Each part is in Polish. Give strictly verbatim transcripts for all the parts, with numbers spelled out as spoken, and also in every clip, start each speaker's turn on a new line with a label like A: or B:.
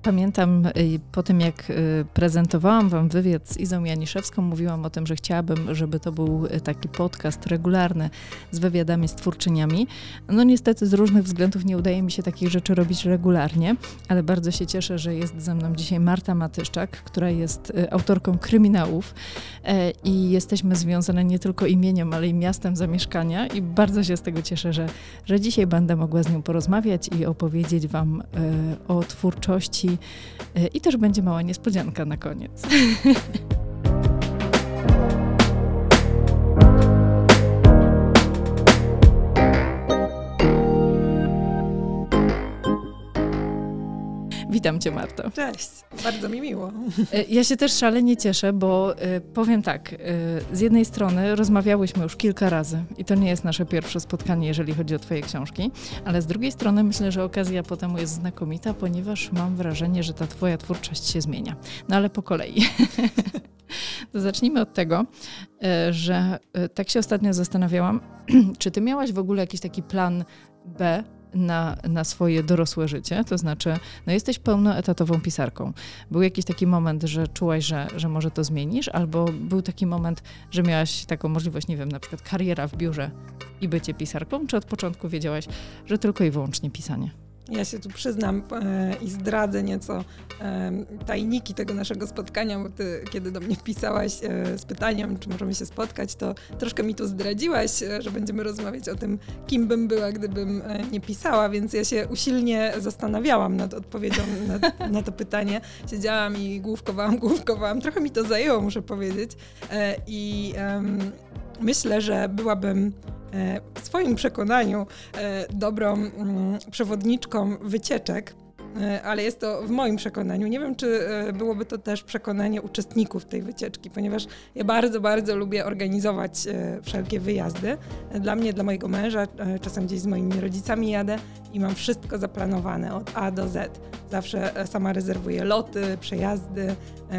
A: pamiętam po tym, jak prezentowałam wam wywiad z Izą Janiszewską, mówiłam o tym, że chciałabym, żeby to był taki podcast regularny z wywiadami z twórczyniami. No niestety z różnych względów nie udaje mi się takich rzeczy robić regularnie, ale bardzo się cieszę, że jest ze mną dzisiaj Marta Matyszczak, która jest autorką kryminałów i jesteśmy związane nie tylko imieniem, ale i miastem zamieszkania i bardzo się z tego cieszę, że, że dzisiaj będę mogła z nią porozmawiać i opowiedzieć wam o twórczości i też będzie mała niespodzianka na koniec. Witam cię, Marto.
B: Cześć, bardzo mi miło.
A: Ja się też szalenie cieszę, bo powiem tak, z jednej strony rozmawiałyśmy już kilka razy i to nie jest nasze pierwsze spotkanie, jeżeli chodzi o twoje książki, ale z drugiej strony myślę, że okazja po temu jest znakomita, ponieważ mam wrażenie, że ta twoja twórczość się zmienia. No ale po kolei. To zacznijmy od tego, że tak się ostatnio zastanawiałam, czy ty miałaś w ogóle jakiś taki plan B na, na swoje dorosłe życie, to znaczy, no jesteś pełnoetatową pisarką. Był jakiś taki moment, że czułaś, że, że może to zmienisz, albo był taki moment, że miałaś taką możliwość, nie wiem, na przykład kariera w biurze i bycie pisarką, czy od początku wiedziałaś, że tylko i wyłącznie pisanie?
B: Ja się tu przyznam e, i zdradzę nieco e, tajniki tego naszego spotkania, bo ty, kiedy do mnie pisałaś e, z pytaniem, czy możemy się spotkać, to troszkę mi tu zdradziłaś, e, że będziemy rozmawiać o tym, kim bym była, gdybym e, nie pisała, więc ja się usilnie zastanawiałam nad odpowiedzią na, na to pytanie. Siedziałam i główkowałam, główkowałam. Trochę mi to zajęło, muszę powiedzieć. E, I e, myślę, że byłabym w swoim przekonaniu dobrą przewodniczką wycieczek, ale jest to w moim przekonaniu. Nie wiem, czy byłoby to też przekonanie uczestników tej wycieczki, ponieważ ja bardzo, bardzo lubię organizować wszelkie wyjazdy. Dla mnie, dla mojego męża, czasem gdzieś z moimi rodzicami jadę i mam wszystko zaplanowane od A do Z. Zawsze sama rezerwuję loty, przejazdy,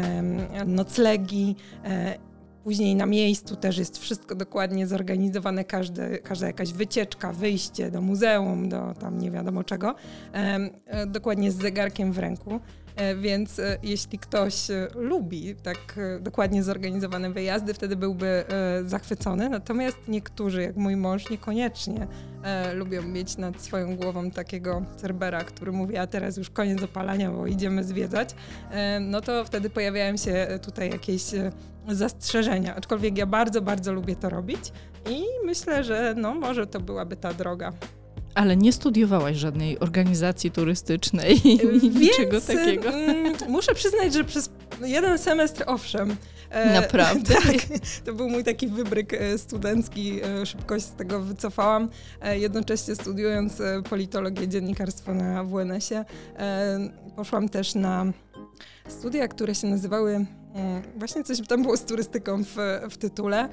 B: noclegi. Później na miejscu też jest wszystko dokładnie zorganizowane, każde, każda jakaś wycieczka, wyjście do muzeum, do tam nie wiadomo czego, e, e, dokładnie z zegarkiem w ręku. E, więc e, jeśli ktoś e, lubi tak e, dokładnie zorganizowane wyjazdy, wtedy byłby e, zachwycony. Natomiast niektórzy, jak mój mąż, niekoniecznie e, lubią mieć nad swoją głową takiego cerbera, który mówi, a teraz już koniec opalania, bo idziemy zwiedzać. E, no to wtedy pojawiają się tutaj jakieś e, zastrzeżenia, aczkolwiek ja bardzo, bardzo lubię to robić i myślę, że no może to byłaby ta droga.
A: Ale nie studiowałaś żadnej organizacji turystycznej i niczego takiego?
B: Mm, muszę przyznać, że przez jeden semestr owszem.
A: Naprawdę?
B: Tak, to był mój taki wybryk studencki, szybko się z tego wycofałam, jednocześnie studiując politologię, dziennikarstwo na W N S ie. Poszłam też na studia, które się nazywały, właśnie coś tam było z turystyką w, w tytule,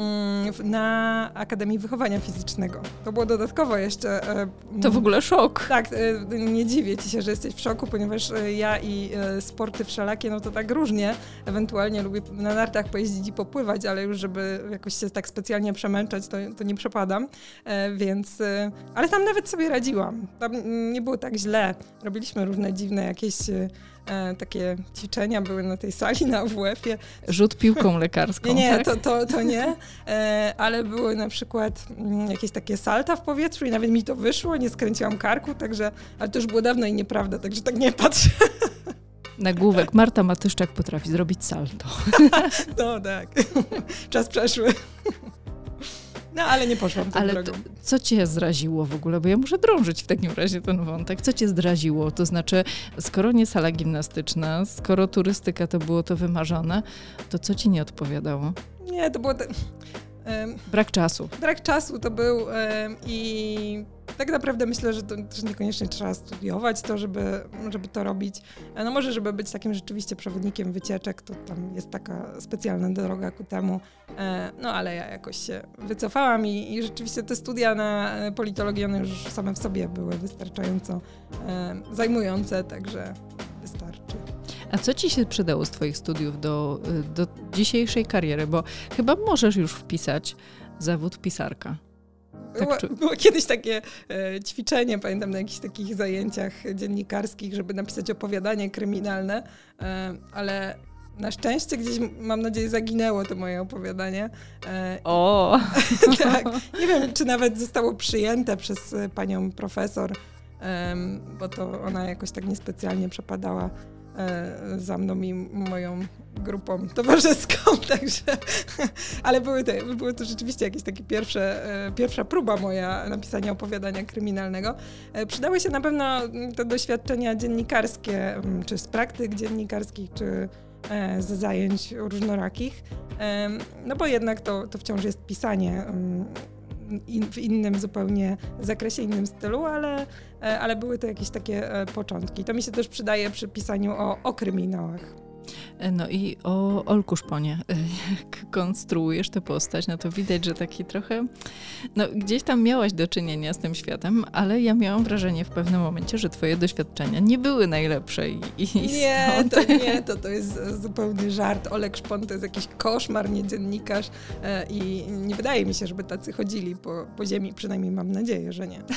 B: na Akademii Wychowania Fizycznego. To było dodatkowo jeszcze...
A: To w ogóle szok.
B: Tak, nie dziwię ci się, że jesteś w szoku, ponieważ ja i sporty wszelakie, no to tak różnie. Ewentualnie lubię na nartach pojeździć i popływać, ale już żeby jakoś się tak specjalnie przemęczać, to, to nie przepadam. Więc... Ale tam nawet sobie radziłam. Tam nie było tak źle. Robiliśmy różne dziwne jakieś... E, takie ćwiczenia były na tej sali na A W F ie.
A: Rzut piłką lekarską,
B: Nie, nie,
A: tak?
B: to, to, to nie, e, ale były na przykład m, jakieś takie salta w powietrzu i nawet mi to wyszło, nie skręciłam karku, także, ale to już było dawno i nieprawda, także tak nie patrzę.
A: Nagłówek, Marta Matyszczak potrafi zrobić salto.
B: No tak, czas przeszły. No, ale nie poszłam tą
A: ale
B: drogą.
A: To, co cię zraziło w ogóle? Bo ja muszę drążyć w takim razie ten wątek. Co cię zraziło? To znaczy, skoro nie sala gimnastyczna, skoro turystyka to było to wymarzone, to co ci nie odpowiadało?
B: Nie, to było... Te...
A: Brak czasu.
B: Brak czasu to był um, i tak naprawdę myślę, że to też niekoniecznie trzeba studiować to, żeby, żeby to robić. No może, żeby być takim rzeczywiście przewodnikiem wycieczek, to tam jest taka specjalna droga ku temu. No ale ja jakoś się wycofałam i, i rzeczywiście te studia na politologii, one już same w sobie były wystarczająco zajmujące, także wystarczy.
A: A co ci się przydało z twoich studiów do, do dzisiejszej kariery? Bo chyba możesz już wpisać zawód pisarka. Tak
B: było,
A: czu-
B: było kiedyś takie e, ćwiczenie, pamiętam na jakichś takich zajęciach dziennikarskich, żeby napisać opowiadanie kryminalne, e, ale na szczęście gdzieś, mam nadzieję, zaginęło to moje opowiadanie. E,
A: O!
B: tak. Nie wiem, czy nawet zostało przyjęte przez panią profesor, e, bo to ona jakoś tak niespecjalnie przepadała e, za mną i moją grupą towarzyską, także, ale były, te, były to rzeczywiście jakieś takie pierwsze, e, pierwsza próba moja napisania opowiadania kryminalnego. E, przydały się na pewno te doświadczenia dziennikarskie, m, czy z praktyk dziennikarskich, czy e, z zajęć różnorakich, e, no bo jednak to, to wciąż jest pisanie m, in, w innym zupełnie zakresie, innym stylu, ale, e, ale były to jakieś takie e, początki. To mi się też przydaje przy pisaniu o, o kryminałach.
A: No i o Olku Szponie, jak konstruujesz tę postać, no to widać, że taki trochę, no gdzieś tam miałaś do czynienia z tym światem, ale ja miałam wrażenie w pewnym momencie, że twoje doświadczenia nie były najlepsze i, i
B: Nie,
A: stąd...
B: to nie, to, to jest zupełny żart. Olek Szpon to jest jakiś koszmar, nie dziennikarz e, i nie wydaje mi się, żeby tacy chodzili po, po ziemi, przynajmniej mam nadzieję, że nie.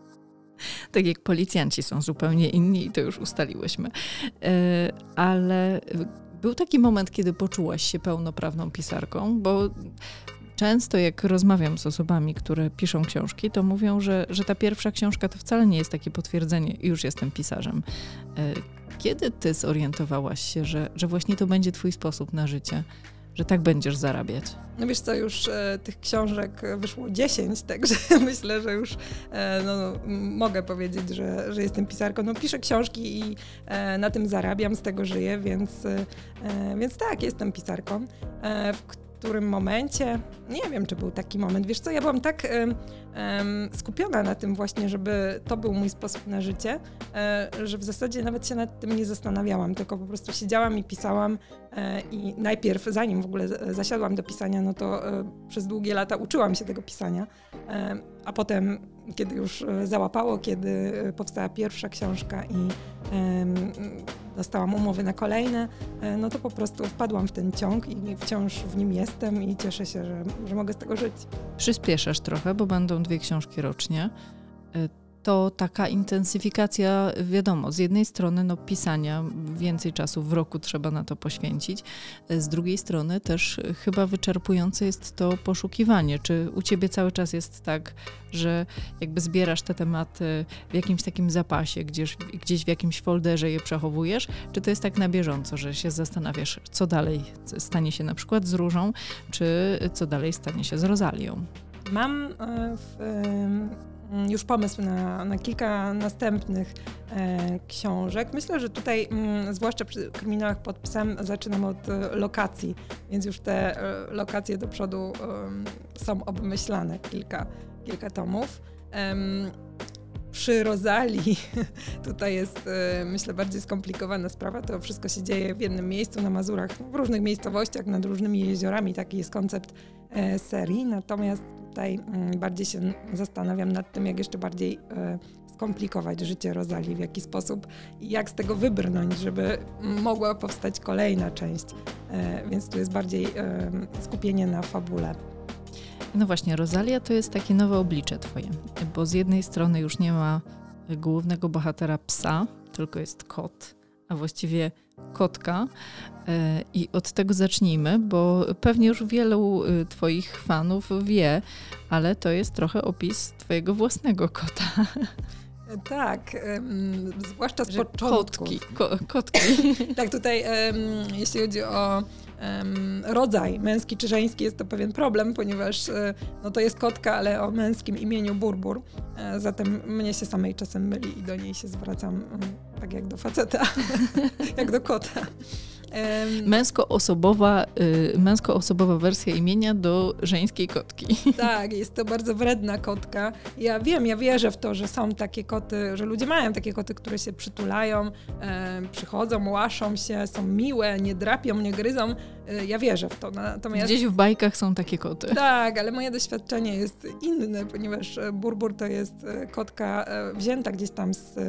A: Tak jak policjanci są zupełnie inni i to już ustaliłyśmy. E, ale był taki moment, kiedy poczułaś się pełnoprawną pisarką, bo często jak rozmawiam z osobami, które piszą książki, to mówią, że, że ta pierwsza książka to wcale nie jest takie potwierdzenie, już jestem pisarzem. E, kiedy ty zorientowałaś się, że, że właśnie to będzie twój sposób na życie? Że tak będziesz zarabiać?
B: No wiesz co, już e, tych książek wyszło dziesięć, także myślę, że już e, no, no, mogę powiedzieć, że, że jestem pisarką. No piszę książki i e, na tym zarabiam, z tego żyję, więc, e, więc tak, jestem pisarką. E, w którym momencie, nie wiem, czy był taki moment, wiesz co, ja byłam tak e, e, skupiona na tym właśnie, żeby to był mój sposób na życie, e, że w zasadzie nawet się nad tym nie zastanawiałam, tylko po prostu siedziałam i pisałam e, i najpierw, zanim w ogóle zasiadłam do pisania, no to e, przez długie lata uczyłam się tego pisania, e, a potem, kiedy już załapało, kiedy powstała pierwsza książka i e, dostałam umowy na kolejne, no to po prostu wpadłam w ten ciąg i wciąż w nim jestem i cieszę się, że, że mogę z tego żyć.
A: Przyspieszasz trochę, bo będą dwie książki rocznie. To taka intensyfikacja, wiadomo, z jednej strony no, pisania, więcej czasu w roku trzeba na to poświęcić, z drugiej strony też chyba wyczerpujące jest to poszukiwanie. Czy u ciebie cały czas jest tak, że jakby zbierasz te tematy w jakimś takim zapasie, gdzieś, gdzieś w jakimś folderze je przechowujesz, czy to jest tak na bieżąco, że się zastanawiasz, co dalej stanie się na przykład z Różą, czy co dalej stanie się z Rozalią?
B: Mam w... już pomysł na, na kilka następnych e, książek. Myślę, że tutaj, m, zwłaszcza przy kryminałach pod psem, zaczynam od e, lokacji, więc już te e, lokacje do przodu e, są obmyślane, kilka, kilka tomów. E, przy Rozalii tutaj jest, e, myślę, bardziej skomplikowana sprawa. To wszystko się dzieje w jednym miejscu na Mazurach, w różnych miejscowościach, nad różnymi jeziorami. Taki jest koncept e, serii. Natomiast tutaj bardziej się zastanawiam nad tym, jak jeszcze bardziej e, skomplikować życie Rozalii, w jaki sposób i jak z tego wybrnąć, żeby mogła powstać kolejna część. E, więc tu jest bardziej e, skupienie na fabule.
A: No właśnie, Rozalia to jest takie nowe oblicze twoje, bo z jednej strony już nie ma głównego bohatera psa, tylko jest kot, a właściwie kotka. I od tego zacznijmy, bo pewnie już wielu twoich fanów wie, ale to jest trochę opis twojego własnego kota.
B: Tak, um, zwłaszcza z
A: Że
B: początków.
A: Kotki, ko, kotki.
B: Tak, tutaj um, jeśli chodzi o um, rodzaj męski czy żeński, jest to pewien problem, ponieważ no, to jest kotka, ale o męskim imieniu Burbur. E, zatem mnie się samej czasem myli i do niej się zwracam um, tak jak do faceta, jak do kota. Um,
A: Męskoosobowa, y, męskoosobowa wersja imienia do żeńskiej kotki.
B: Tak, jest to bardzo wredna kotka. Ja wiem, ja wierzę w to, że są takie koty, że ludzie mają takie koty, które się przytulają, e, przychodzą, łaszą się, są miłe, nie drapią, nie gryzą. E, ja wierzę w to. Natomiast...
A: Gdzieś w bajkach są takie koty.
B: Tak, ale moje doświadczenie jest inne, ponieważ Burbur to jest kotka wzięta gdzieś tam z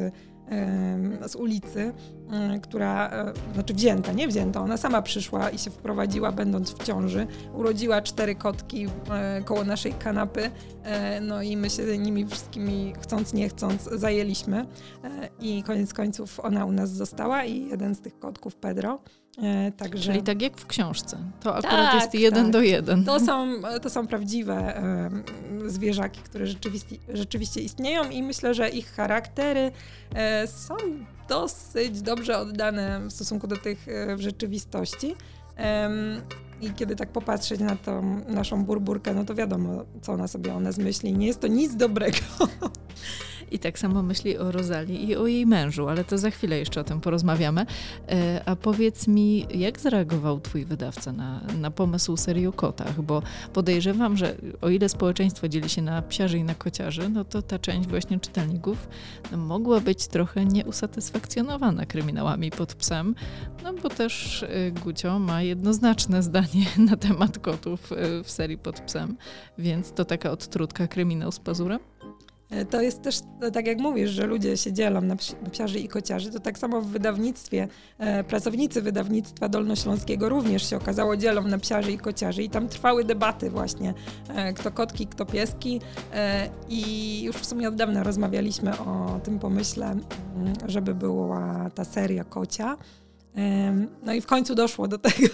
B: z ulicy, która, znaczy wzięta, nie wzięta, ona sama przyszła i się wprowadziła będąc w ciąży, urodziła cztery kotki koło naszej kanapy, no i my się nimi wszystkimi chcąc nie chcąc zajęliśmy i koniec końców ona u nas została i jeden z tych kotków, Pedro. Także...
A: Czyli tak jak w książce. To akurat
B: tak,
A: jest jeden
B: tak.
A: do jeden.
B: To są, to są prawdziwe e, zwierzaki, które rzeczywiście, rzeczywiście istnieją i myślę, że ich charaktery e, są dosyć dobrze oddane w stosunku do tych e, w rzeczywistości. E, I kiedy tak popatrzeć na tą naszą burburkę, no to wiadomo, co ona sobie o nas myśli. Nie jest to nic dobrego.
A: I tak samo myśli o Rozalii i o jej mężu, ale to za chwilę jeszcze o tym porozmawiamy. E, a powiedz mi, jak zareagował twój wydawca na, na pomysł serii o kotach? Bo podejrzewam, że o ile społeczeństwo dzieli się na psiarzy i na kociarzy, no to ta część właśnie czytelników no, mogła być trochę nieusatysfakcjonowana kryminałami pod psem, no bo też y, Gucio ma jednoznaczne zdanie na temat kotów y, w serii pod psem, więc to taka odtrutka kryminał z pazurem?
B: To jest też, tak jak mówisz, że ludzie się dzielą na psiarzy i kociarzy, to tak samo w wydawnictwie, e, pracownicy wydawnictwa dolnośląskiego również się okazało dzielą na psiarzy i kociarzy i tam trwały debaty właśnie, e, kto kotki, kto pieski e, i już w sumie od dawna rozmawialiśmy o tym pomyśle, żeby była ta seria kocia. No i w końcu doszło do tego.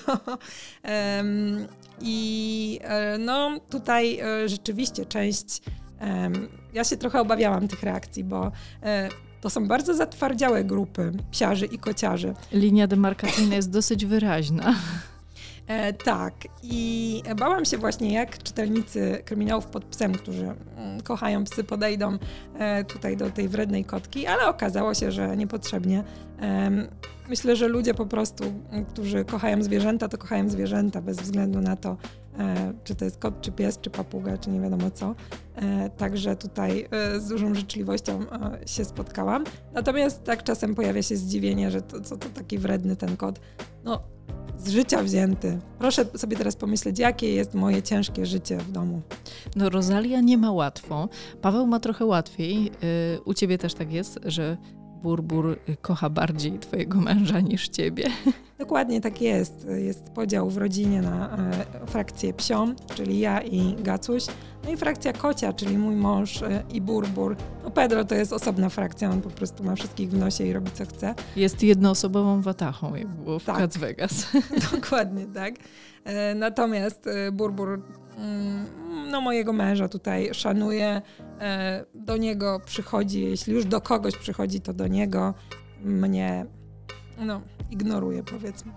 B: I no tutaj rzeczywiście część, ja się trochę obawiałam tych reakcji, bo to są bardzo zatwardziałe grupy psiarzy i kociarzy.
A: Linia demarkacyjna jest dosyć wyraźna.
B: E, tak i bałam się właśnie, jak czytelnicy kryminałów pod psem, którzy mm, kochają psy, podejdą e, tutaj do tej wrednej kotki, ale okazało się, że niepotrzebnie. E, myślę, że ludzie po prostu, którzy kochają zwierzęta, to kochają zwierzęta bez względu na to, e, czy to jest kot, czy pies, czy papuga, czy nie wiadomo co. E, także tutaj e, z dużą życzliwością e, się spotkałam. Natomiast tak czasem pojawia się zdziwienie, że to, co to taki wredny ten kot. No, z życia wzięty. Proszę sobie teraz pomyśleć, jakie jest moje ciężkie życie w domu.
A: No Rosalia nie ma łatwo. Paweł ma trochę łatwiej. Yy, u ciebie też tak jest, że Burbur kocha bardziej twojego męża niż ciebie.
B: Dokładnie tak jest. Jest podział w rodzinie na e, frakcję psią, czyli ja i Gacuś, no i frakcja kocia, czyli mój mąż e, i Burbur. No Pedro to jest osobna frakcja, on po prostu ma wszystkich w nosie i robi co chce.
A: Jest jednoosobową watachą, jak było w
B: tak.
A: Las Vegas.
B: Dokładnie tak. E, natomiast e, Burbur mm, no mojego męża tutaj szanuje, e, do niego przychodzi, jeśli już do kogoś przychodzi, to do niego, mnie no, ignoruje, powiedzmy.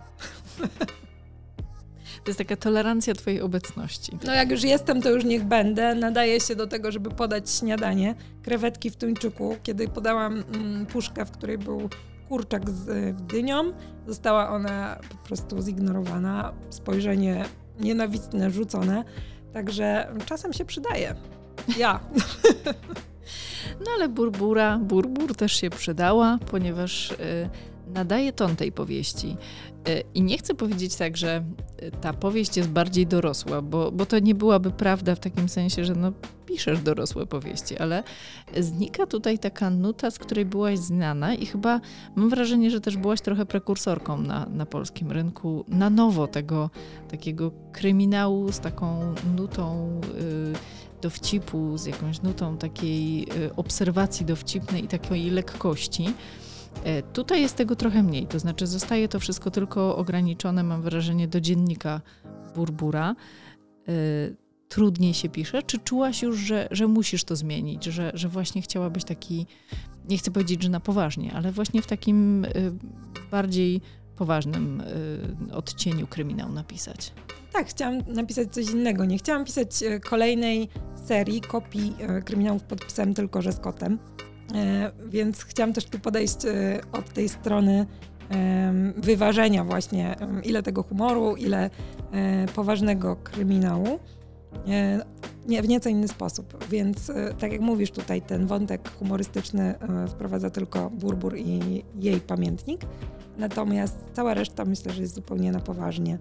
A: To jest taka tolerancja twojej obecności.
B: No jak już jestem, to już niech będę. Nadaje się do tego, żeby podać śniadanie. Krewetki w tuńczyku. Kiedy podałam mm, puszkę, w której był kurczak z y, dynią, została ona po prostu zignorowana. Spojrzenie nienawistne, rzucone. Także czasem się przydaje. Ja.
A: No ale Burbura, Burbur też się przydała, ponieważ y, nadaje ton tej powieści. Y, I nie chcę powiedzieć tak, że ta powieść jest bardziej dorosła, bo, bo to nie byłaby prawda w takim sensie, że no, piszesz dorosłe powieści, ale znika tutaj taka nuta, z której byłaś znana i chyba mam wrażenie, że też byłaś trochę prekursorką na, na polskim rynku na nowo tego takiego kryminału z taką nutą y, dowcipu, z jakąś nutą takiej y, obserwacji dowcipnej i takiej lekkości. Y, tutaj jest tego trochę mniej, to znaczy zostaje to wszystko tylko ograniczone, mam wrażenie, do dziennika Burbura. Y, trudniej się pisze? Czy czułaś już, że, że musisz to zmienić, że, że właśnie chciałabyś taki, nie chcę powiedzieć, że na poważnie, ale właśnie w takim y, bardziej poważnym y, odcieniu kryminał napisać?
B: Tak, chciałam napisać coś innego. Nie chciałam pisać kolejnej serii kopii kryminałów pod psem, tylko że z kotem. E, więc chciałam też tu podejść e, od tej strony e, wyważenia właśnie, e, ile tego humoru, ile e, poważnego kryminału. E, nie, w nieco inny sposób. Więc e, tak jak mówisz tutaj, ten wątek humorystyczny e, wprowadza tylko Burbur i jej pamiętnik. Natomiast cała reszta myślę, że jest zupełnie na poważnie.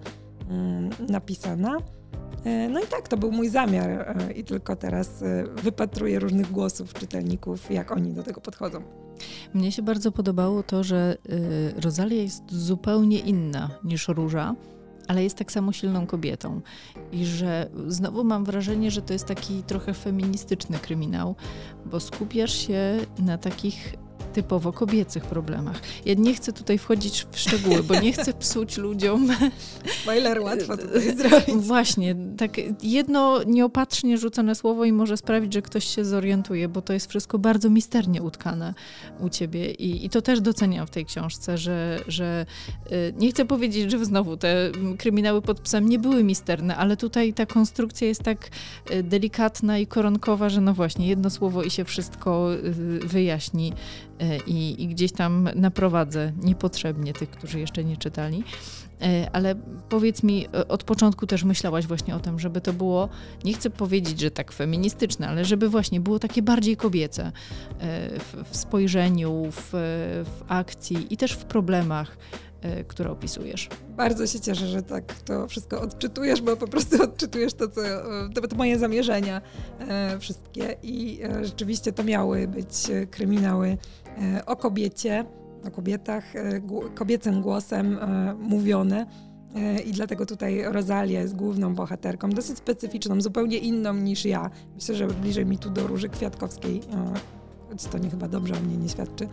B: napisana. No i tak, to był mój zamiar i tylko teraz wypatruję różnych głosów czytelników, jak oni do tego podchodzą.
A: Mnie się bardzo podobało to, że Rosalia jest zupełnie inna niż Róża, ale jest tak samo silną kobietą. I że znowu mam wrażenie, że to jest taki trochę feministyczny kryminał, bo skupiasz się na takich typowo kobiecych problemach. Ja nie chcę tutaj wchodzić w szczegóły, bo nie chcę psuć ludziom.
B: Spoiler łatwo tutaj zrobić.
A: Właśnie, tak jedno nieopatrznie rzucone słowo i może sprawić, że ktoś się zorientuje, bo to jest wszystko bardzo misternie utkane u ciebie i, i to też doceniam w tej książce, że, że nie chcę powiedzieć, że znowu te kryminały pod psem nie były misterne, ale tutaj ta konstrukcja jest tak delikatna i koronkowa, że no właśnie, jedno słowo i się wszystko wyjaśni. I, i gdzieś tam naprowadzę niepotrzebnie tych, którzy jeszcze nie czytali. Ale powiedz mi, od początku też myślałaś właśnie o tym, żeby to było, nie chcę powiedzieć, że tak feministyczne, ale żeby właśnie było takie bardziej kobiece w, w spojrzeniu, w, w akcji i też w problemach, które opisujesz.
B: Bardzo się cieszę, że tak to wszystko odczytujesz, bo po prostu odczytujesz to, co, to, to moje zamierzenia e, wszystkie i e, rzeczywiście to miały być kryminały e, o kobiecie, o kobietach, e, g- kobiecym głosem e, mówione e, i dlatego tutaj Rosalia jest główną bohaterką, dosyć specyficzną, zupełnie inną niż ja. Myślę, że bliżej mi tu do Róży Kwiatkowskiej, e, choć to nie chyba dobrze o mnie nie świadczy.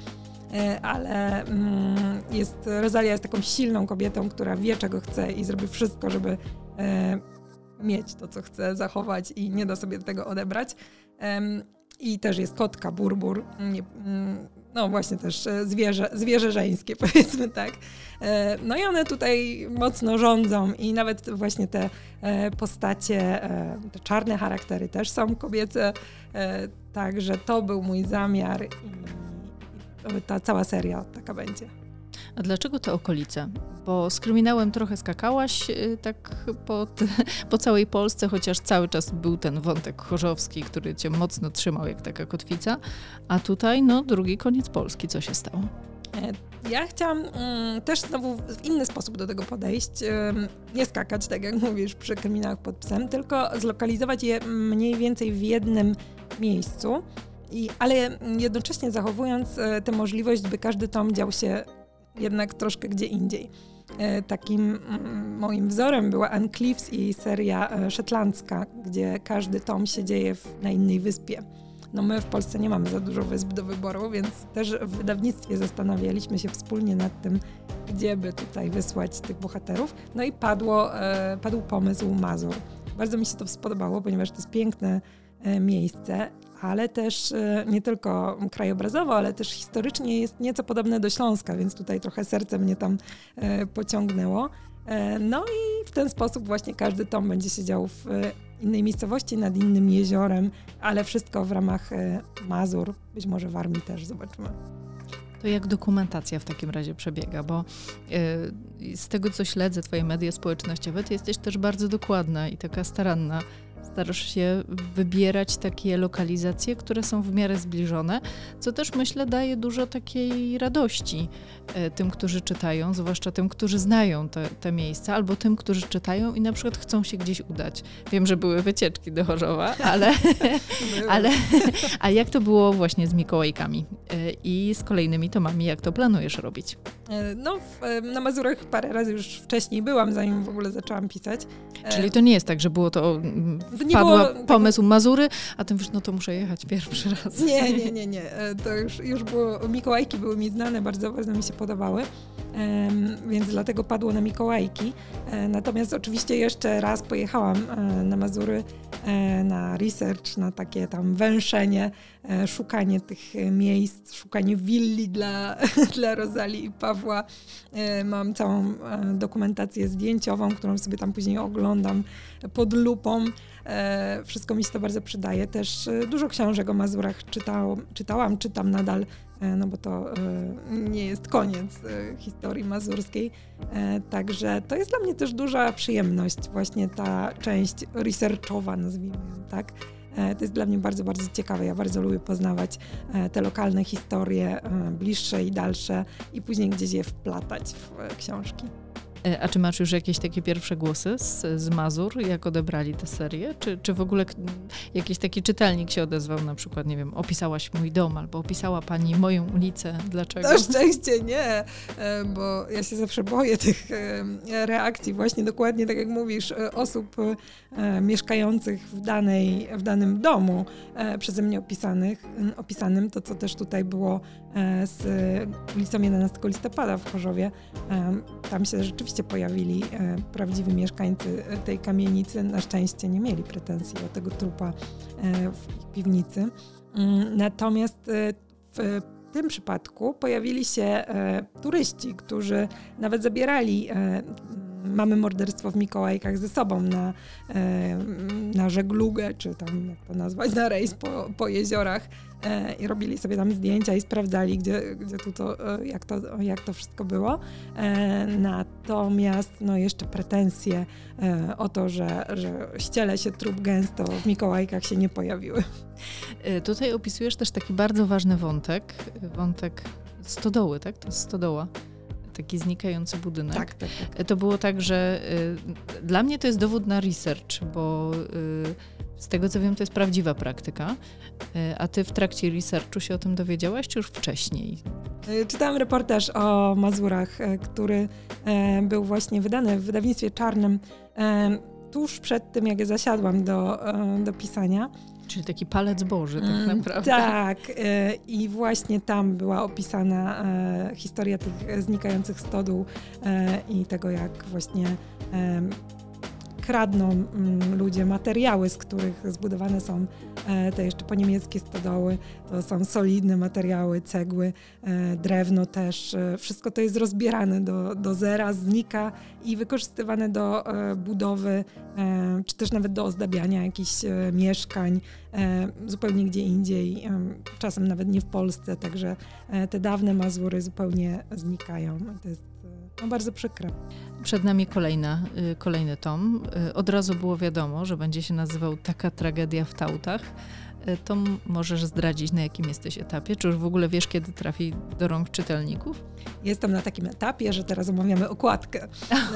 B: Ale jest, Rosalia jest taką silną kobietą, która wie, czego chce i zrobi wszystko, żeby e, mieć to, co chce, zachować i nie da sobie tego odebrać. E, I też jest kotka, Burbur, nie, no właśnie też zwierzę, zwierzę żeńskie, powiedzmy tak. E, no i one tutaj mocno rządzą i nawet właśnie te e, postacie, e, te czarne charaktery też są kobiece, e, także to był mój zamiar i ta cała seria taka będzie.
A: A dlaczego te okolice? Bo z kryminałem trochę skakałaś tak po, po całej Polsce, chociaż cały czas był ten wątek chorzowski, który cię mocno trzymał jak taka kotwica, a tutaj no drugi koniec Polski. Co się stało?
B: Ja chciałam um, też znowu w inny sposób do tego podejść, um, nie skakać, tak jak mówisz, przy kryminałach pod psem, tylko zlokalizować je mniej więcej w jednym miejscu. I, ale jednocześnie zachowując e, tę możliwość, by każdy tom dział się jednak troszkę gdzie indziej. E, takim mm, moim wzorem była Anne Cliffs i seria e, szetlandzka, gdzie każdy tom się dzieje w, na innej wyspie. No my w Polsce nie mamy za dużo wysp do wyboru, więc też w wydawnictwie zastanawialiśmy się wspólnie nad tym, gdzie by tutaj wysłać tych bohaterów. No i padło, e, padł pomysł Mazur. Bardzo mi się to spodobało, ponieważ to jest piękne e, miejsce, ale też nie tylko krajobrazowo, ale też historycznie jest nieco podobne do Śląska, więc tutaj trochę serce mnie tam e, pociągnęło. E, no i w ten sposób właśnie każdy tom będzie się dział w e, innej miejscowości, nad innym jeziorem, ale wszystko w ramach e, Mazur, być może Warmii też, zobaczymy.
A: To jak dokumentacja w takim razie przebiega, bo y, z tego, co śledzę twoje media społecznościowe, ty jesteś też bardzo dokładna i taka staranna. Starasz się wybierać takie lokalizacje, które są w miarę zbliżone, co też myślę daje dużo takiej radości e, tym, którzy czytają, zwłaszcza tym, którzy znają te, te miejsca, albo tym, którzy czytają i na przykład chcą się gdzieś udać. Wiem, że były wycieczki do Chorzowa, ale, ale a jak to było właśnie z Mikołajkami e, i z kolejnymi tomami, jak to planujesz robić?
B: No, w, na Mazurach parę razy już wcześniej byłam, zanim w ogóle zaczęłam pisać.
A: Czyli to nie jest tak, że było to, wpadła pomysł tego... Mazury, a ty wiesz, no to muszę jechać pierwszy raz.
B: Nie, nie, nie, nie. To już, już było, Mikołajki były mi znane, bardzo, bardzo mi się podobały, um, więc dlatego padło na Mikołajki. Um, natomiast oczywiście jeszcze raz pojechałam um, na Mazury, um, na research, na takie tam węszenie, um, szukanie tych miejsc, szukanie willi dla, dla Rosalii i Pawła. Um, mam całą um, dokumentację zdjęciową, którą sobie tam później oglądam pod lupą. E, wszystko mi się to bardzo przydaje. Też e, dużo książek o Mazurach czytał, czytałam, czytam nadal, e, no bo to e, nie jest koniec e, historii mazurskiej. E, także to jest dla mnie też duża przyjemność, właśnie ta część researchowa, nazwijmy ją, tak? E, to jest dla mnie bardzo, bardzo ciekawe. Ja bardzo lubię poznawać e, te lokalne historie, e, bliższe i dalsze i później gdzieś je wplatać w e, książki.
A: A czy masz już jakieś takie pierwsze głosy z, z Mazur, jak odebrali tę serię? Czy, czy w ogóle jakiś taki czytelnik się odezwał, na przykład, nie wiem, opisałaś mój dom, albo opisała pani moją ulicę, dlaczego?
B: Na szczęście nie, bo ja się zawsze boję tych reakcji, właśnie dokładnie tak jak mówisz, osób mieszkających w, danej, w danym domu przeze mnie opisanych, opisanym, to co też tutaj było z ulicą jedenastego listopada w Chorzowie. Tam się rzeczywiście pojawili prawdziwi mieszkańcy tej kamienicy. Na szczęście nie mieli pretensji o tego trupa w ich piwnicy. Natomiast w tym przypadku pojawili się turyści, którzy nawet zabierali Mamy morderstwo w Mikołajkach ze sobą na, na żeglugę, czy tam jak to nazwać, na rejs po, po jeziorach i robili sobie tam zdjęcia i sprawdzali, gdzie, gdzie tu to, jak to, jak to wszystko było. Natomiast no jeszcze pretensje o to, że, że ściele się trup gęsto w Mikołajkach się nie pojawiły.
A: Tutaj opisujesz też taki bardzo ważny wątek, wątek stodoły, tak? To jest stodoła. Taki znikający budynek.
B: Tak, tak, tak.
A: To było tak, że y, dla mnie to jest dowód na research, bo y, z tego co wiem, to jest prawdziwa praktyka. Y, a ty w trakcie researchu się o tym dowiedziałaś, czy już wcześniej?
B: Czytałam reportaż o Mazurach, który e, był właśnie wydany w wydawnictwie czarnym e, tuż przed tym, jak ja zasiadłam do, e, do pisania.
A: Czyli taki palec Boży tak
B: mm,
A: naprawdę.
B: Tak. E, I właśnie tam była opisana e, historia tych znikających stodół e, i tego, jak właśnie e, kradną m, ludzie materiały, z których zbudowane są e, te jeszcze poniemieckie stodoły. To są solidne materiały, cegły, e, drewno też. E, wszystko to jest rozbierane do, do zera, znika i wykorzystywane do e, budowy, e, czy też nawet do ozdabiania jakichś e, mieszkań e, zupełnie gdzie indziej, e, czasem nawet nie w Polsce, także e, te dawne Mazury zupełnie znikają. To jest no, bardzo przykre.
A: Przed nami kolejna, y, kolejny tom. Y, od razu było wiadomo, że będzie się nazywał Taka tragedia w Tautach. Y, tom możesz zdradzić, na jakim jesteś etapie? Czy już w ogóle wiesz, kiedy trafi do rąk czytelników?
B: Jestem na takim etapie, że teraz omawiamy okładkę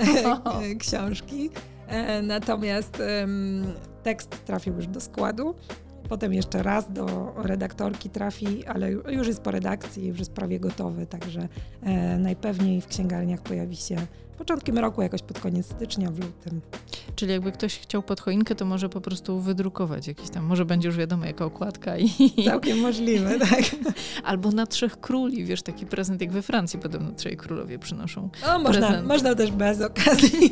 B: książki. Natomiast um, tekst trafił już do składu. Potem jeszcze raz do redaktorki trafi, ale już jest po redakcji, już jest prawie gotowy, także e, najpewniej w księgarniach pojawi się początkiem roku, jakoś pod koniec stycznia, w lutym.
A: Czyli jakby ktoś chciał pod choinkę, to może po prostu wydrukować jakiś tam, może będzie już wiadomo jaka okładka. I
B: całkiem możliwe, tak.
A: Albo na Trzech Króli, wiesz, taki prezent jak we Francji podobno Trzej Królowie przynoszą.
B: No, można, można też bez okazji.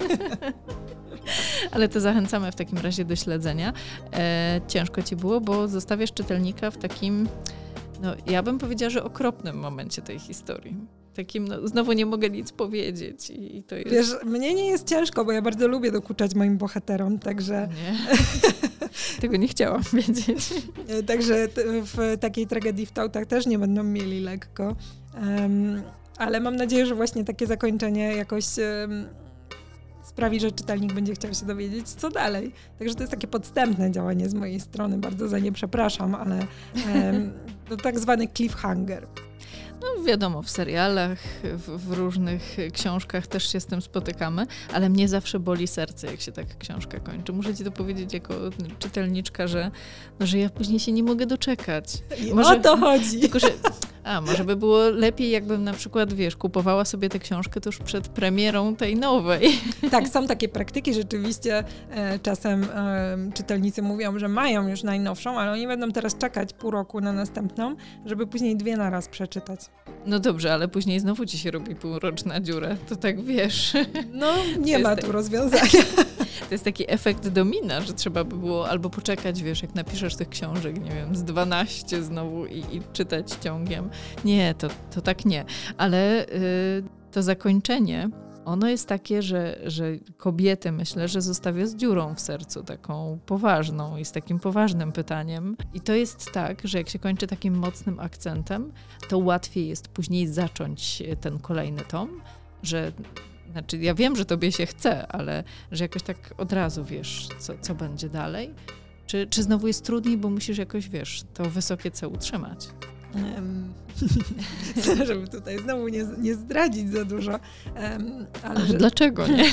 A: Ale to zachęcamy w takim razie do śledzenia. E, ciężko ci było, bo zostawiasz czytelnika w takim, no ja bym powiedziała, że okropnym momencie tej historii. Takim, no znowu nie mogę nic powiedzieć i, i to jest...
B: Wiesz, mnie nie jest ciężko, bo ja bardzo lubię dokuczać moim bohaterom, także...
A: Nie. Tego nie chciałam wiedzieć.
B: Także w takiej tragedii w Tautach też nie będą mieli lekko. Um, ale mam nadzieję, że właśnie takie zakończenie jakoś... Um, sprawi, że czytelnik będzie chciał się dowiedzieć, co dalej. Także to jest takie podstępne działanie z mojej strony. Bardzo za nie przepraszam, ale um, to tak zwany cliffhanger.
A: No wiadomo, w serialach, w, w różnych książkach też się z tym spotykamy, ale mnie zawsze boli serce, jak się tak książka kończy. Muszę ci to powiedzieć jako czytelniczka, że, no, że ja później się nie mogę doczekać.
B: I może, o to chodzi.
A: Tylko, że, a, może by było lepiej, jakbym na przykład, wiesz, kupowała sobie tę książkę tuż przed premierą tej nowej.
B: Tak, są takie praktyki, rzeczywiście e, czasem e, czytelnicy mówią, że mają już najnowszą, ale oni będą teraz czekać pół roku na następną, żeby później dwie na raz przeczytać.
A: No dobrze, ale później znowu ci się robi półroczna dziura, to tak wiesz.
B: No nie ma tu rozwiązania.
A: To jest taki efekt domina, że trzeba by było albo poczekać, wiesz, jak napiszesz tych książek, nie wiem, z dwanaście znowu i, i czytać ciągiem. Nie, to, to tak nie. Ale y, to zakończenie, ono jest takie, że, że kobietę, myślę, że zostawia z dziurą w sercu, taką poważną i z takim poważnym pytaniem. I to jest tak, że jak się kończy takim mocnym akcentem, to łatwiej jest później zacząć ten kolejny tom, że znaczy ja wiem, że tobie się chce, ale że jakoś tak od razu wiesz, co, co będzie dalej. Czy, czy znowu jest trudniej, bo musisz jakoś, wiesz, to wysokie C utrzymać?
B: Um, żeby tutaj znowu nie, nie zdradzić za dużo. Um, ale
A: ale
B: że...
A: dlaczego nie?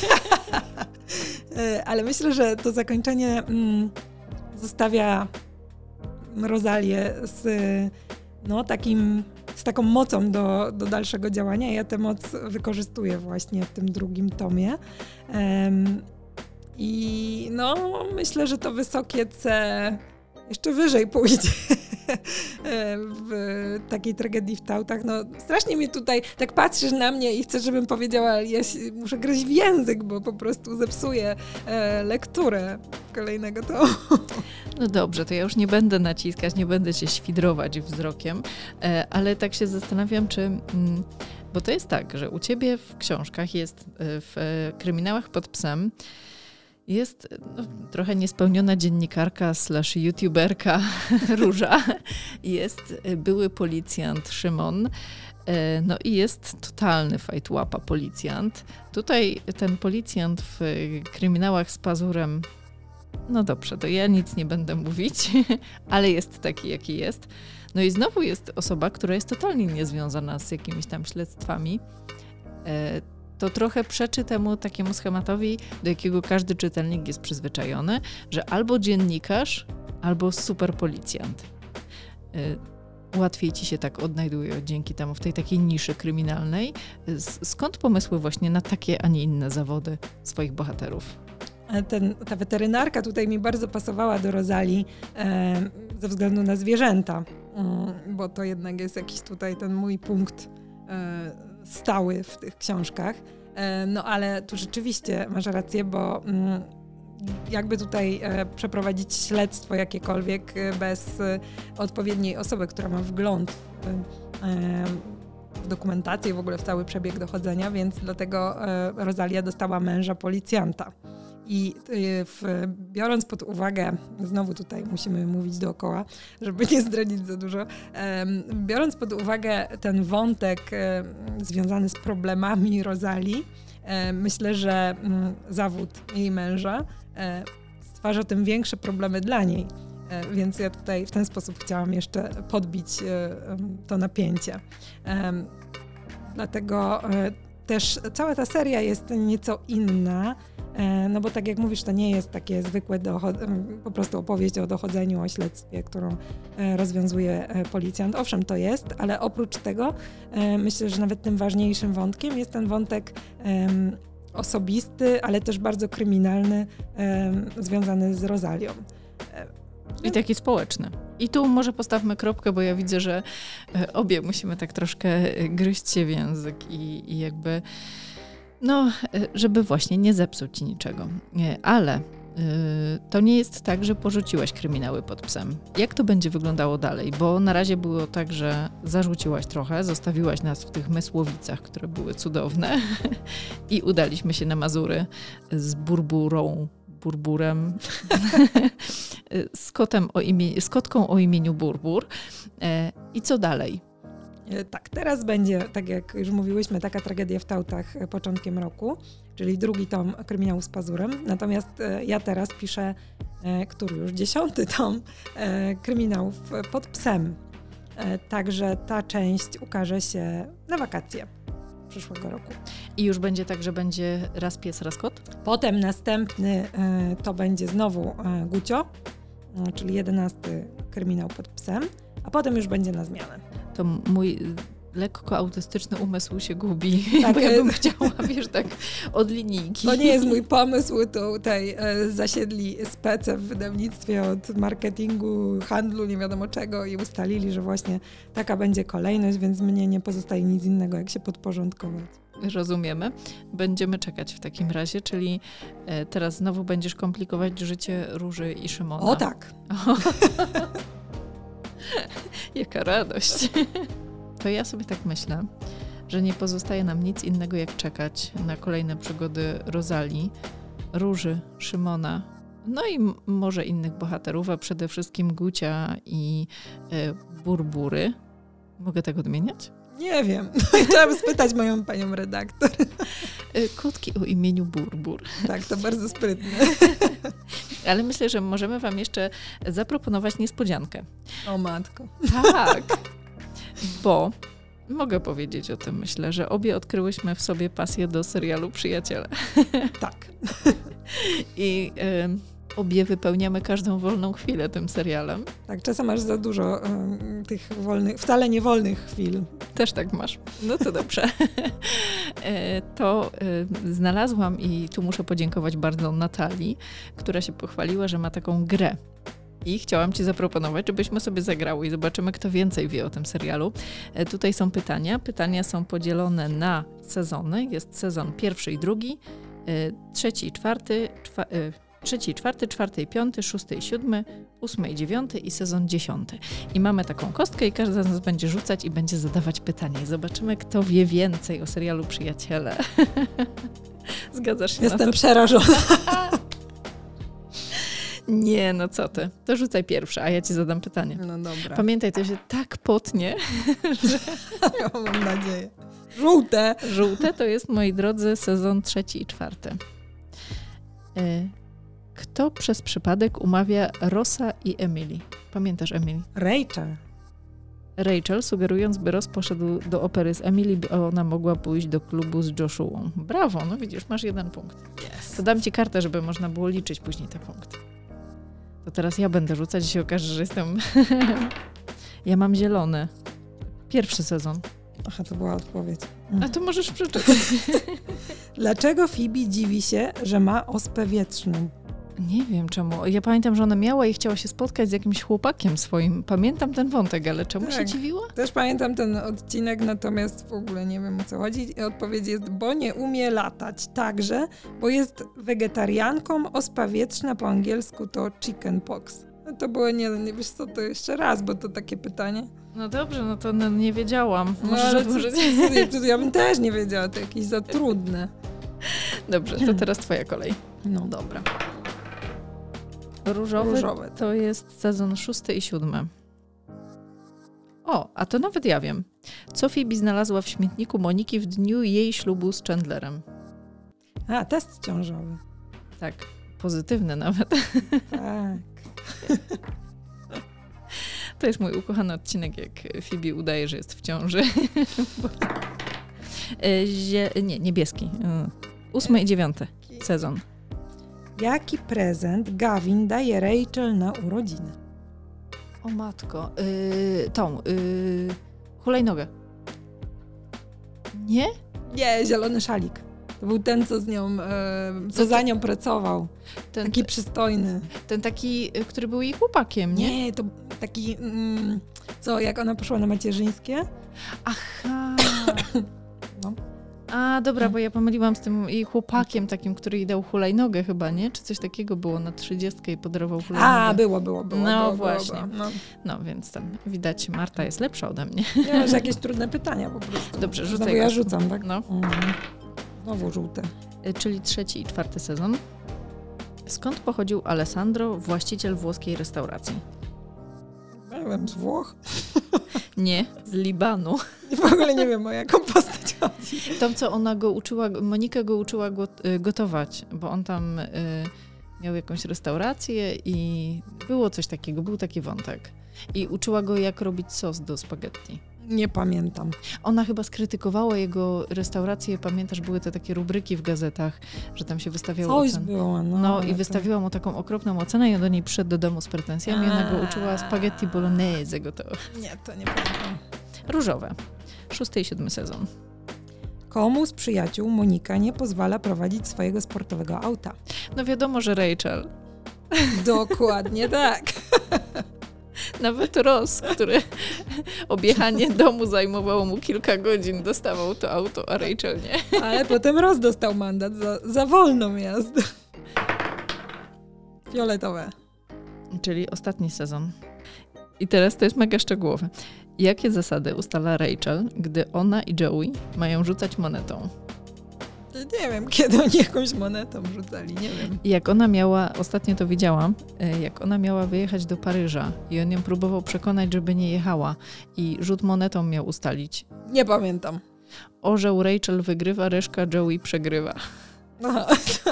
B: ale myślę, że to zakończenie um, zostawia Rozalię z, no, takim, z taką mocą do, do dalszego działania. Ja tę moc wykorzystuję właśnie w tym drugim tomie. Um, I no, myślę, że to wysokie C jeszcze wyżej pójdzie w takiej tragedii w Tautach. No, strasznie mnie tutaj, tak patrzysz na mnie i chcesz, żebym powiedziała, ale ja się, muszę grać w język, bo po prostu zepsuję e, lekturę kolejnego tomu.
A: No dobrze, to ja już nie będę naciskać, nie będę cię świdrować wzrokiem, e, ale tak się zastanawiam, czy... Mm, bo to jest tak, że u ciebie w książkach jest, w e, Kryminałach pod psem, jest no, trochę niespełniona dziennikarka slash youtuberka Róża, jest były policjant Szymon, no i jest totalny fajtłapa policjant. Tutaj ten policjant w Kryminałach z pazurem, no dobrze, to ja nic nie będę mówić, ale jest taki, jaki jest. No i znowu jest osoba, która jest totalnie niezwiązana z jakimiś tam śledztwami. To trochę przeczy temu takiemu schematowi, do jakiego każdy czytelnik jest przyzwyczajony, że albo dziennikarz, albo super policjant. Yy, łatwiej ci się tak odnajduje dzięki temu w tej takiej niszy kryminalnej. Skąd pomysły właśnie na takie, a nie inne zawody swoich bohaterów?
B: Ten, ta weterynarka tutaj mi bardzo pasowała do Rozalii e, ze względu na zwierzęta, mm, bo to jednak jest jakiś tutaj ten mój punkt e, stały w tych książkach. No ale tu rzeczywiście masz rację, bo jakby tutaj przeprowadzić śledztwo jakiekolwiek bez odpowiedniej osoby, która ma wgląd w dokumentację i w ogóle w cały przebieg dochodzenia, więc dlatego Rosalia dostała męża policjanta. I w, biorąc pod uwagę, znowu tutaj musimy mówić dookoła, żeby nie zdradzić za dużo, um, biorąc pod uwagę ten wątek um, związany z problemami Rosalii, um, myślę, że um, zawód jej męża um, stwarza tym większe problemy dla niej. Um, więc ja tutaj w ten sposób chciałam jeszcze podbić um, to napięcie. Um, dlatego um, też cała ta seria jest nieco inna, no bo tak jak mówisz, to nie jest takie zwykłe dochod- po prostu opowieść o dochodzeniu, o śledztwie, którą rozwiązuje policjant. Owszem, to jest, ale oprócz tego myślę, że nawet tym ważniejszym wątkiem jest ten wątek um, osobisty, ale też bardzo kryminalny, um, związany z Rosalią.
A: I taki społeczny. I tu może postawmy kropkę, bo ja widzę, że obie musimy tak troszkę gryźć się w język i, i jakby, no, żeby właśnie nie zepsuć ci niczego. Ale y, to nie jest tak, że porzuciłaś Kryminały pod psem. Jak to będzie wyglądało dalej? Bo na razie było tak, że zarzuciłaś trochę, zostawiłaś nas w tych Mysłowicach, które były cudowne i udaliśmy się na Mazury z Burburą, Burburem, z, kotem o imię, z kotką o imieniu Burbur. I co dalej?
B: Tak, teraz będzie, tak jak już mówiłyśmy, taka tragedia w Tautach początkiem roku, czyli drugi tom Kryminału z pazurem. Natomiast ja teraz piszę, który już dziesiąty tom Kryminałów pod psem. Także ta część ukaże się na wakacje przyszłego roku.
A: I już będzie tak, że będzie raz pies, raz kot?
B: Potem następny to będzie znowu Gucio, czyli jedenasty Kryminał pod psem, a potem już będzie na zmianę.
A: To mój lekko autystyczny umysł się gubi, tak, bo ja bym chciała, wiesz, tak od linijki.
B: To nie jest mój pomysł, to tutaj e, zasiedli spece w wydawnictwie od marketingu, handlu, nie wiadomo czego i ustalili, że właśnie taka będzie kolejność, więc mnie nie pozostaje nic innego, jak się podporządkować.
A: Rozumiemy. Będziemy czekać w takim razie, czyli e, teraz znowu będziesz komplikować życie Róży i Szymona.
B: O tak!
A: Jaka radość. To ja sobie tak myślę, że nie pozostaje nam nic innego jak czekać na kolejne przygody Rosalii, Róży, Szymona, no i m- może innych bohaterów, a przede wszystkim Gucia i e, Burbury. Mogę tak odmieniać?
B: Nie wiem. Chciałam spytać moją panią redaktor.
A: Kotki o imieniu Burbur.
B: Tak, to bardzo sprytne.
A: Ale myślę, że możemy wam jeszcze zaproponować niespodziankę.
B: O matko.
A: Tak. bo mogę powiedzieć o tym, myślę, że obie odkryłyśmy w sobie pasję do serialu Przyjaciele.
B: Tak.
A: I y, obie wypełniamy każdą wolną chwilę tym serialem.
B: Tak, czasem masz za dużo y, tych wolnych, wcale nie wolnych chwil.
A: Też tak masz. No to dobrze. y, to y, znalazłam i tu muszę podziękować bardzo Natalii, która się pochwaliła, że ma taką grę. I chciałam ci zaproponować, żebyśmy sobie zagrały i zobaczymy, kto więcej wie o tym serialu. E, tutaj są pytania. Pytania są podzielone na sezony. Jest sezon pierwszy i drugi, e, trzeci i czwarty, czwa, e, trzeci i czwarty, czwarty i piąty, szósty i siódmy, ósmy i dziewiąty i sezon dziesiąty. I mamy taką kostkę i każdy z nas będzie rzucać i będzie zadawać pytania. I zobaczymy, kto wie więcej o serialu Przyjaciele. Zgadzasz się
B: Jestem
A: na to?
B: przerażona.
A: Nie, no co ty. To rzucaj pierwsza, a ja ci zadam pytanie.
B: No dobra.
A: Pamiętaj, to się tak potnie, że...
B: Ja mam nadzieję. Żółte.
A: Żółte to jest, moi drodzy, sezon trzeci i czwarty. Kto przez przypadek umawia Rossa i Emily? Pamiętasz Emily?
B: Rachel.
A: Rachel, sugerując, by Ross poszedł do opery z Emily, by ona mogła pójść do klubu z Joshuą. Brawo, no widzisz, masz jeden punkt.
B: Yes.
A: To dam ci kartę, żeby można było liczyć później te punkty. To teraz ja będę rzucać i się okaże, że jestem... Ja mam zielony. Pierwszy sezon.
B: Aha, to była odpowiedź.
A: A to możesz przeczytać.
B: Dlaczego Phoebe dziwi się, że ma ospę wietrzną?
A: Nie wiem czemu. Ja pamiętam, że ona miała i chciała się spotkać z jakimś chłopakiem swoim. Pamiętam ten wątek, ale czemu
B: Tak.
A: się dziwiła?
B: Też pamiętam ten odcinek, natomiast w ogóle nie wiem, o co chodzi. I odpowiedź jest, bo nie umie latać. Także, bo jest wegetarianką, ospa wietrzna po angielsku to chicken pox. No to było, nie, nie wiesz co, to jeszcze raz, bo to takie pytanie.
A: No dobrze, no to no, nie wiedziałam.
B: No,
A: Możesz
B: ale
A: odłożyć.
B: to, to ja bym też nie wiedziała, to jakieś za trudne.
A: Dobrze, to teraz twoja kolej.
B: No dobra.
A: Różowy,
B: Różowe.
A: to jest sezon szósty i siódmy. O, a to nawet ja wiem. Co Phoebe znalazła w śmietniku Moniki w dniu jej ślubu z Chandlerem?
B: A, test ciążowy.
A: Tak, pozytywny nawet.
B: Tak.
A: To jest mój ukochany odcinek, jak Phoebe udaje, że jest w ciąży. Zie... Nie, niebieski. Ósmy i dziewiąty sezon.
B: Jaki prezent Gavin daje Rachel na urodziny?
A: O matko, yy, tą, yy, hulajnogę. Nie?
B: Nie, zielony szalik. To był ten, co z nią, e, co
A: No
B: za
A: to-
B: nią pracował.
A: Ten,
B: Taki przystojny.
A: ten taki, y, który był jej chłopakiem, nie?
B: Nie, to taki, mm, co, jak ona poszła na macierzyńskie?
A: Aha.
B: No.
A: A, dobra, bo ja pomyliłam z tym jej chłopakiem takim, który jej dał hulajnogę chyba, nie? Czy coś takiego było na trzydziestkę i podarował hulajnogę?
B: A, było, było, było.
A: No
B: było,
A: właśnie.
B: Było, było.
A: No, więc tam widać, Marta jest lepsza ode mnie.
B: No. Nie, masz jakieś trudne pytania po prostu.
A: Dobrze, rzucaj
B: Znowu ja
A: kostką.
B: rzucam, tak?
A: No.
B: Mhm. Znowu żółte.
A: Y, Czyli trzeci i czwarty sezon. Skąd pochodził Alessandro, właściciel włoskiej restauracji?
B: Nie wiem, z Włoch?
A: Nie, z Libanu.
B: W ogóle nie wiem, o jaką postać chodzi.
A: Tą, co ona go uczyła, Monika go uczyła go, y, gotować, bo on tam y, miał jakąś restaurację i było coś takiego, był taki wątek. I uczyła go, jak robić sos do spaghetti.
B: Nie pamiętam.
A: Ona chyba skrytykowała jego restaurację, pamiętasz, były te takie rubryki w gazetach, że tam się wystawiało
B: Coś
A: ocen.
B: było, no.
A: No
B: ale
A: i
B: to-
A: wystawiła mu taką okropną ocenę i on do niej przyszedł do domu z pretensjami. Ona go uczyła spaghetti bolognese gotować.
B: Nie, to nie pamiętam.
A: Różowe. Szósty i siódmy sezon.
B: Komu z przyjaciół Monika nie pozwala prowadzić swojego sportowego auta?
A: No wiadomo, że Rachel.
B: Dokładnie tak.
A: Nawet Ross, który objechanie domu zajmowało mu kilka godzin, dostawał to auto, a Rachel nie.
B: Ale potem Ross dostał mandat za, za wolną jazdę. Fioletowe.
A: Czyli ostatni sezon. I teraz to jest mega szczegółowe. Jakie zasady ustala Rachel, gdy ona i Joey mają rzucać monetą?
B: Nie wiem, kiedy oni jakąś monetą rzucali, nie wiem.
A: I jak ona miała, ostatnio to widziałam, e, jak ona miała wyjechać do Paryża i on ją próbował przekonać, żeby nie jechała i rzut monetą miał ustalić.
B: Nie pamiętam.
A: Orzeł Rachel wygrywa, reszka Joey przegrywa.
B: Aha.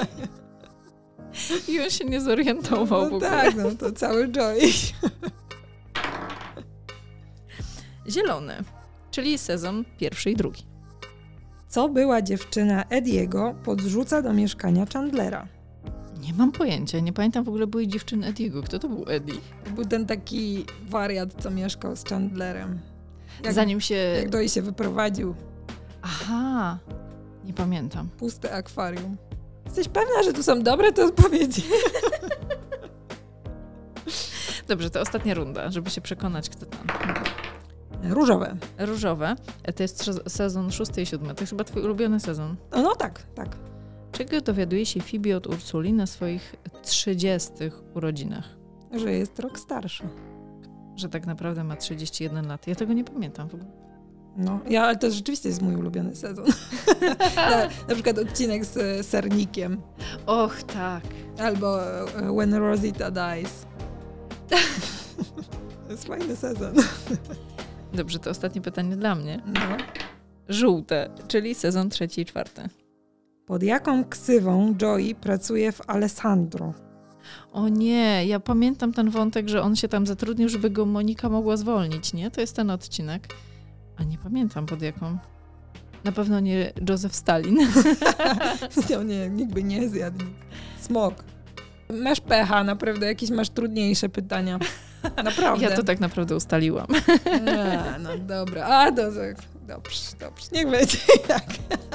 A: I on się nie zorientował
B: No
A: w ogóle.
B: tak, no to cały Joy.
A: Zielony, czyli sezon pierwszy i drugi.
B: Co była dziewczyna Ediego podrzuca do mieszkania Chandlera?
A: Nie mam pojęcia, nie pamiętam w ogóle byłej dziewczyny Ediego. Kto to był Eddie?
B: To był ten taki wariat, co mieszkał z Chandlerem. Jak,
A: Zanim się...
B: Jak Joey się wyprowadził.
A: Aha, nie pamiętam.
B: Puste akwarium. Jesteś pewna, że tu są dobre te odpowiedzi?
A: Dobrze, to ostatnia runda, żeby się przekonać, kto tam.
B: Różowe.
A: Różowe. To jest sezon szósty i siódmy. To jest chyba twój ulubiony sezon.
B: No, no tak, tak.
A: Czego dowiaduje się Phoebe od Ursuli na swoich trzydziestych urodzinach?
B: Że jest rok starsza.
A: Że tak naprawdę ma trzydzieści jeden lat. Ja tego nie pamiętam w ogóle.
B: No, ja, ale to rzeczywiście jest mój ulubiony sezon. na, na przykład odcinek z sernikiem.
A: Och, tak.
B: Albo uh, When Rosita Dies. To jest fajny sezon.
A: Dobrze, to ostatnie pytanie dla mnie.
B: No.
A: Żółte, czyli sezon trzeci i czwarty.
B: Pod jaką ksywą Joey pracuje w Alessandro?
A: O nie, ja pamiętam ten wątek, że on się tam zatrudnił, żeby go Monika mogła zwolnić, nie? To jest ten odcinek. A nie pamiętam pod jaką. Na pewno nie Józef Stalin.
B: No nie, nikt by nie zjadł. Smok. Masz pecha, naprawdę jakieś masz trudniejsze pytania. Naprawdę.
A: Ja to tak naprawdę ustaliłam.
B: Nie, no dobra. A, to tak. Dobrze, dobrze. Niech będzie tak.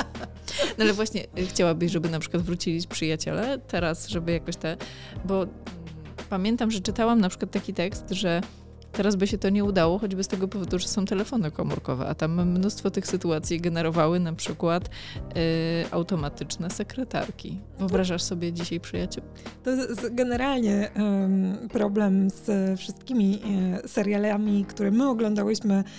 A: No ale właśnie chciałabyś, żeby na przykład wrócili przyjaciele teraz, żeby jakoś te... Bo pamiętam, że czytałam na przykład taki tekst, że teraz by się to nie udało, choćby z tego powodu, że są telefony komórkowe, a tam mnóstwo tych sytuacji generowały na przykład y, automatyczne sekretarki. Wyobrażasz sobie dzisiaj przyjaciół?
B: To jest generalnie um, problem z wszystkimi e, serialami, które my oglądałyśmy e,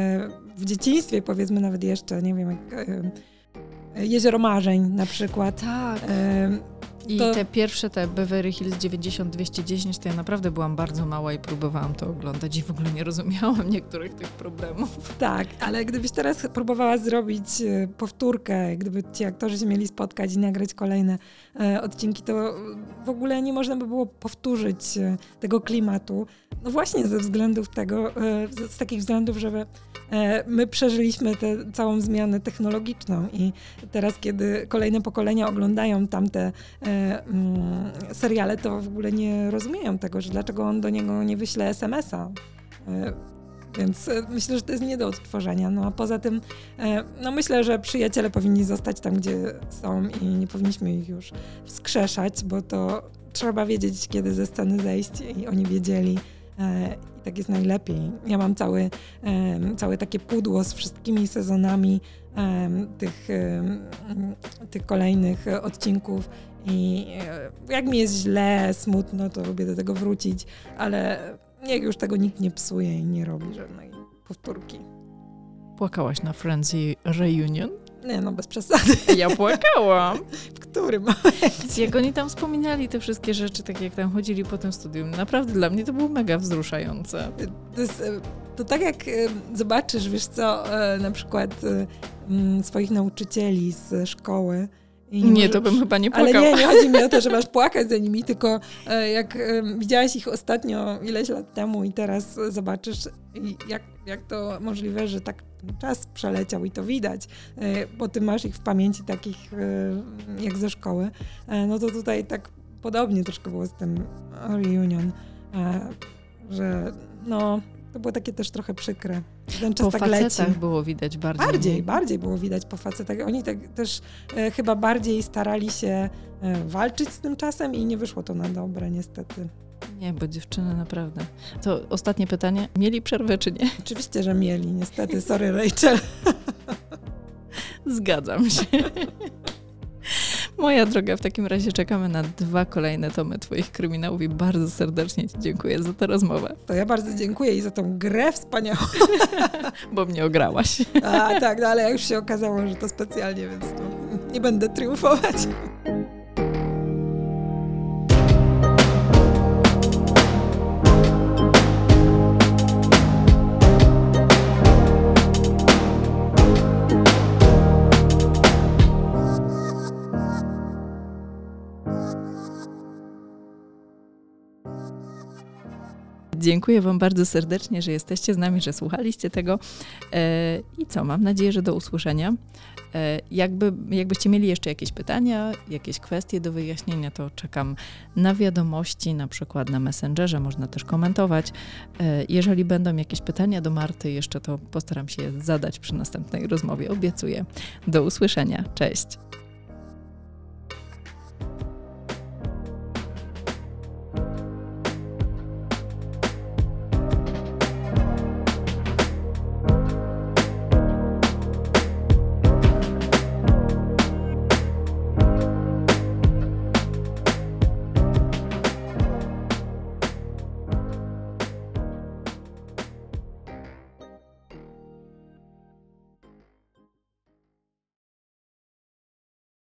B: w dzieciństwie, powiedzmy nawet jeszcze, nie wiem, jak e, Jezioro Marzeń na przykład.
A: Tak.
B: E,
A: I
B: to...
A: te pierwsze, te Beverly Hills dziewięćdziesiąt dwieście dziesięć, to ja naprawdę byłam bardzo mała i próbowałam to oglądać i w ogóle nie rozumiałam niektórych tych problemów.
B: Tak, ale gdybyś teraz próbowała zrobić powtórkę, gdyby ci aktorzy się mieli spotkać i nagrać kolejne e, odcinki, to w ogóle nie można by było powtórzyć e, tego klimatu. No właśnie ze względów tego, e, z, z takich względów, że e, my przeżyliśmy tę całą zmianę technologiczną i teraz, kiedy kolejne pokolenia oglądają tamte e, mm, seriale, to w ogóle nie rozumieją tego, że dlaczego on do niego nie wyśle es em es a. E, Więc myślę, że to jest nie do odtworzenia. No a poza tym, no myślę, że przyjaciele powinni zostać tam, gdzie są i nie powinniśmy ich już wskrzeszać, bo to trzeba wiedzieć, kiedy ze sceny zejść i oni wiedzieli i tak jest najlepiej. Ja mam cały, całe takie pudło z wszystkimi sezonami tych, tych kolejnych odcinków i jak mi jest źle, smutno, to lubię do tego wrócić, ale niech już tego nikt nie psuje i nie robi żadnej powtórki.
A: Płakałaś na Friends Reunion?
B: Nie, no bez przesady.
A: Ja płakałam.
B: W którym momencie?
A: Jak oni tam wspominali te wszystkie rzeczy, tak jak tam chodzili po tym studium, naprawdę dla mnie to było mega wzruszające.
B: To, jest, to tak jak zobaczysz, wiesz co, na przykład swoich nauczycieli z szkoły.
A: I nie, nie to bym chyba nie płakała.
B: Ale nie, nie chodzi mi o to, że masz płakać za nimi, tylko e, jak e, widziałaś ich ostatnio ileś lat temu i teraz zobaczysz, jak, jak to możliwe, że tak czas przeleciał i to widać, e, bo ty masz ich w pamięci takich e, jak ze szkoły, e, no to tutaj tak podobnie troszkę było z tym reunion, e, że no... To było takie też trochę przykre. Ten czas
A: po
B: tak
A: facetach
B: leci.
A: było widać bardziej.
B: Bardziej,
A: nie?
B: bardziej było widać po facetach. Oni tak też e, chyba bardziej starali się e, walczyć z tym czasem i nie wyszło to na dobre, niestety.
A: Nie, bo dziewczyny naprawdę. To ostatnie pytanie. Mieli przerwę czy nie?
B: Oczywiście, że mieli, niestety. Sorry, Rachel.
A: Zgadzam się. Moja droga, w takim razie czekamy na dwa kolejne tomy twoich kryminałów i bardzo serdecznie ci dziękuję za tę rozmowę.
B: To ja bardzo dziękuję i za tą grę wspaniałą.
A: Bo mnie ograłaś.
B: A tak, no ale już się okazało, że to specjalnie, więc to nie będę triumfować.
A: Dziękuję Wam bardzo serdecznie, że jesteście z nami, że słuchaliście tego. I co, mam nadzieję, że do usłyszenia. Jakby, jakbyście mieli jeszcze jakieś pytania, jakieś kwestie do wyjaśnienia, to czekam na wiadomości, na przykład na Messengerze, można też komentować. Jeżeli będą jakieś pytania do Marty jeszcze, to postaram się je zadać przy następnej rozmowie, obiecuję. Do usłyszenia, cześć!